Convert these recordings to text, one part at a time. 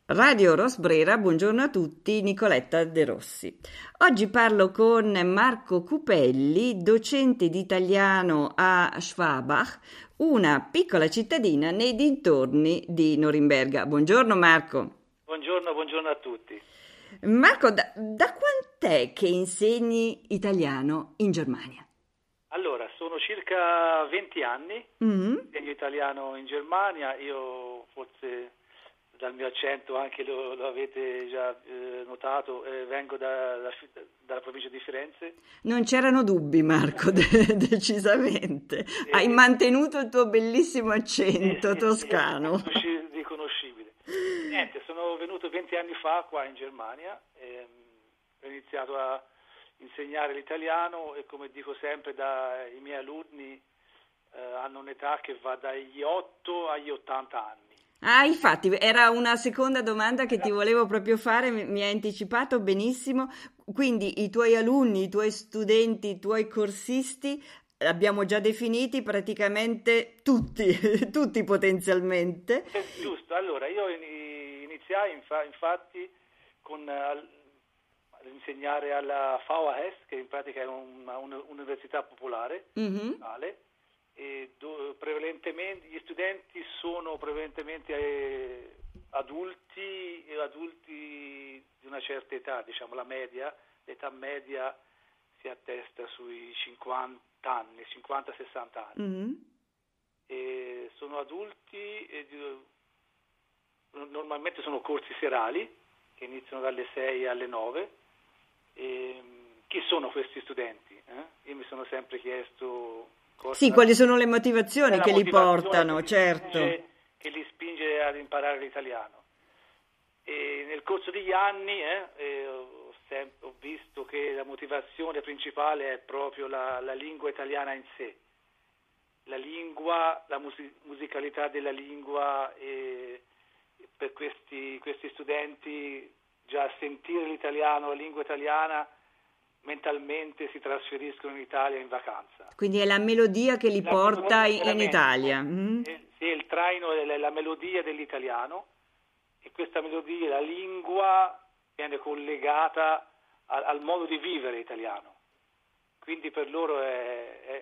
Radio Rosbrera, buongiorno a tutti, Nicoletta De Rossi. Oggi parlo con Marco Cupelli, docente di italiano a Schwabach, una piccola cittadina nei dintorni di Norimberga. Buongiorno Marco. Buongiorno a tutti. Marco, da quant'è che insegni italiano in Germania? Allora, sono circa 20 anni, Mhm. insegno italiano in Germania, io forse dal mio accento anche lo avete già notato, vengo dalla provincia di Firenze. Non c'erano dubbi, Marco, decisamente. Hai e, mantenuto il tuo bellissimo sì, accento sì, sì, è toscano. riconoscibile. Niente, sono venuto 20 anni fa qua in Germania, ho iniziato a insegnare l'italiano e come dico sempre i miei alunni hanno un'età che va dagli 8 agli 80 anni. Ah, infatti, era una seconda domanda che ti Eh, volevo proprio fare, mi hai anticipato benissimo. Quindi i tuoi alunni, i tuoi studenti, i tuoi corsisti, abbiamo già definiti praticamente tutti, tutti potenzialmente. Giusto, allora io iniziai infatti con ad insegnare alla VHS, che in pratica è un'università popolare, Mhm. locale, e prevalentemente gli studenti sono prevalentemente adulti di una certa età, diciamo l'età media si attesta sui 50 anni, 50-60 anni. Mhm. E sono adulti e normalmente sono corsi serali che iniziano dalle 6 alle 9. Chi sono questi studenti? Io mi sono sempre chiesto Sì, cosa quali sono le qual è motivazioni la che li motivazione portano, certo. che li spinge ad imparare l'italiano. E nel corso degli anni ho visto che la motivazione principale è proprio la lingua italiana in sé, la lingua, la musicalità della lingua, e per questi studenti già sentire l'italiano, la lingua italiana, mentalmente si trasferiscono in Italia in vacanza. Quindi è la melodia che li La porta melodia in veramente, Italia. Mhm. sì, il traino è la melodia dell'italiano, e questa melodia, la lingua, viene collegata al modo di vivere italiano. Quindi per loro è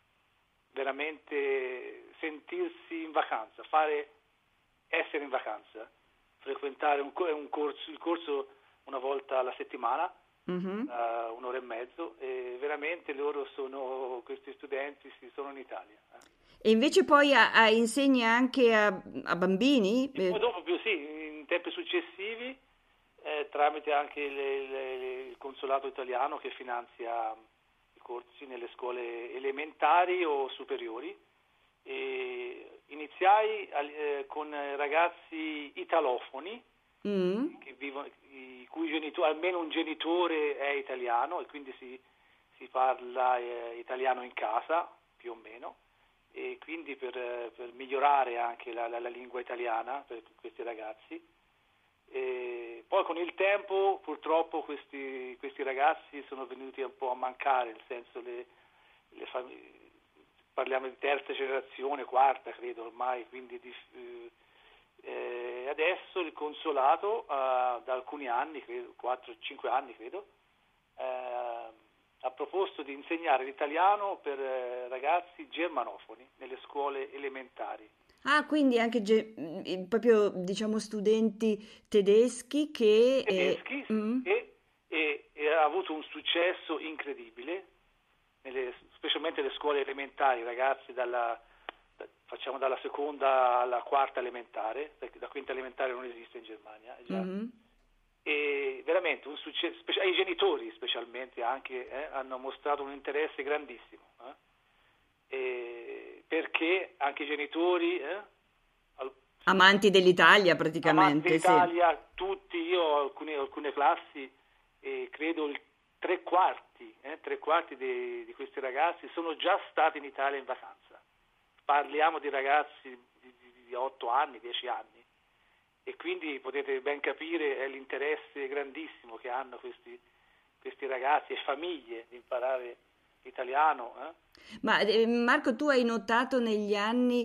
veramente sentirsi in vacanza, essere in vacanza, frequentare il corso una volta alla settimana, Mhm. un'ora e mezzo, e veramente questi studenti sono in Italia. E invece poi insegni anche a bambini? E poi dopo più sì, in tempi successivi, tramite anche il consolato italiano che finanzia i corsi nelle scuole elementari o superiori, e iniziai con ragazzi italofoni Mm. che vivono, i cui genitori, almeno un genitore è italiano, e quindi si parla italiano in casa, più o meno, e quindi per migliorare anche la lingua italiana per questi ragazzi. E poi con il tempo purtroppo questi ragazzi sono venuti un po' a mancare, nel senso parliamo di terza generazione, quarta credo ormai, quindi adesso il consolato da alcuni anni, credo, 4-5 anni credo, ha proposto di insegnare l'italiano per ragazzi germanofoni nelle scuole elementari. Ah, quindi anche proprio diciamo studenti tedeschi che... Tedeschi, sì, mm, e ha avuto un successo incredibile, specialmente le scuole elementari, ragazzi facciamo dalla seconda alla quarta elementare, perché la quinta elementare non esiste in Germania, già. mhm. E veramente un successo, i genitori specialmente anche hanno mostrato un interesse grandissimo, perché anche i genitori, al- Amanti dell'Italia amanti praticamente, sì. dell'Italia, tutti, io ho alcune classi, e credo tre quarti di questi ragazzi sono già stati in Italia in vacanza. Parliamo di ragazzi di 8 anni, 10 anni, e quindi potete ben capire l'interesse grandissimo che hanno questi ragazzi e famiglie di imparare l'italiano. Ma Marco, tu hai notato negli anni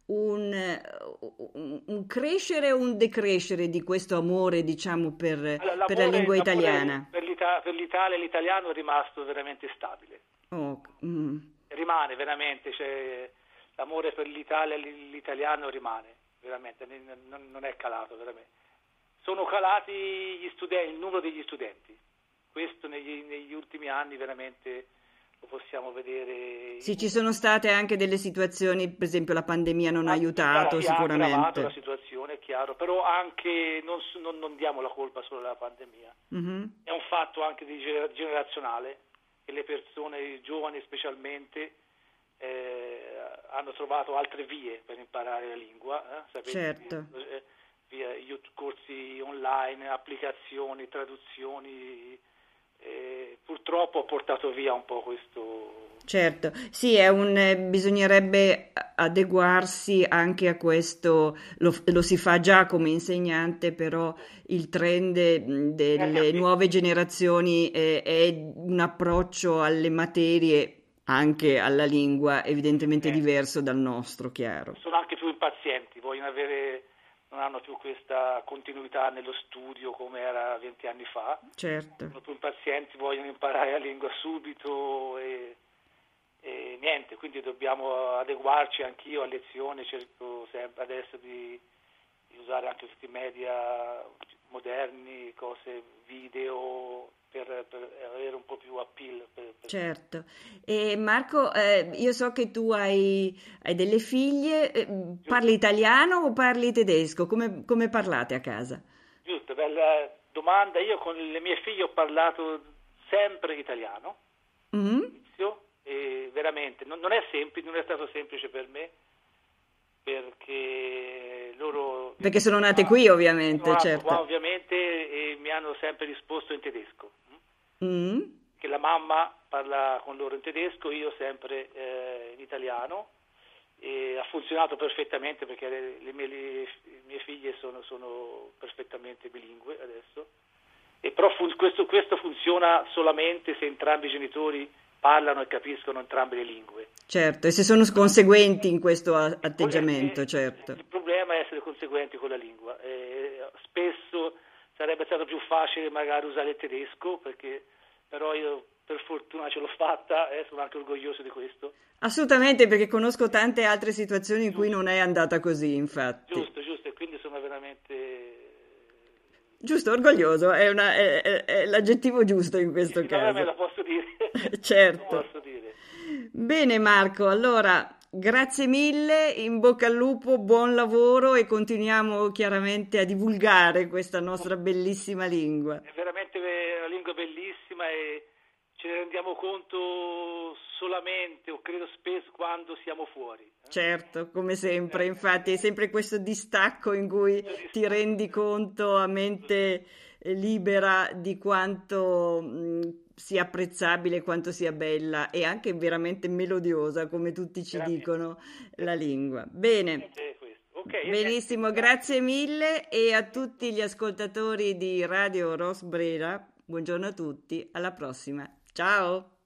un crescere o un decrescere di questo amore, diciamo, per la lingua L'amore italiana? per l'Italia e l'italiano è rimasto veramente stabile. Oh, Rimane veramente, cioè, l'amore per l'Italia e l'italiano rimane, veramente, non è calato, veramente. Sono calati gli studenti, il numero degli studenti. Questo negli ultimi anni veramente lo possiamo vedere. sì, ci sono state anche delle situazioni, per esempio la pandemia non ha aiutato Ha aggravato la sicuramente. situazione, è chiaro, però anche non diamo la colpa solo alla pandemia. Mhm. È un fatto anche generazionale, che le persone giovani specialmente hanno trovato altre vie per imparare la lingua, sapete, Certo. via corsi online, applicazioni, traduzioni, purtroppo ha portato via un po' questo. Certo, sì, bisognerebbe adeguarsi anche a questo, lo si fa già come insegnante, però il trend delle nuove generazioni è un approccio alle materie, anche alla lingua, evidentemente diverso dal nostro, chiaro. Sono anche più impazienti, non hanno più questa continuità nello studio come era 20 anni fa, Certo. sono più impazienti, vogliono imparare la lingua subito e niente, quindi dobbiamo adeguarci. Anch'io a lezione cerco sempre adesso di usare anche questi media moderni, cose video per avere un po' più appeal. Certo. E Marco, io so che tu hai delle figlie, parli Giusto, italiano o parli tedesco? Come parlate a casa? giusto, bella domanda. Io con le mie figlie ho parlato sempre italiano, Mhm. all'inizio, e veramente non è semplice, non è stato semplice per me perché loro Perché sono nate qui, sono ovviamente, nato qua certo. ovviamente e mi hanno sempre risposto in tedesco. Mhm. Che la mamma parla con loro in tedesco, io sempre in italiano, e ha funzionato perfettamente perché le mie figlie sono perfettamente bilingue adesso, e però questo funziona solamente se entrambi i genitori parlano e capiscono entrambe le lingue. Certo, e se sono conseguenti in questo atteggiamento, Il certo. problema è essere conseguenti con la lingua. Spesso sarebbe stato più facile magari usare il tedesco, però io per fortuna ce l'ho fatta e sono anche orgoglioso di questo. Assolutamente, perché conosco tante altre situazioni in cui Giusto, non è andata così, infatti. giusto, e quindi sono veramente. Giusto, orgoglioso, è l'aggettivo giusto in questo Sì, vabbè, me caso. la posso dire. Lo Certo. posso dire. Bene Marco, allora grazie mille, in bocca al lupo, buon lavoro e continuiamo chiaramente a divulgare questa nostra bellissima lingua. È veramente una lingua bellissima e ce ne rendiamo conto solamente, o credo spesso, quando siamo fuori. Certo, come sempre, infatti è sempre questo distacco in cui ti rendi conto a mente libera di quanto sia apprezzabile, quanto sia bella e anche veramente melodiosa, come tutti ci Veramente. dicono, la lingua. Bene, È questo. Ok, e niente, ti benissimo, ringrazio. grazie mille e a tutti gli ascoltatori di Radio Rosbrera, buongiorno a tutti, alla prossima. Ciao!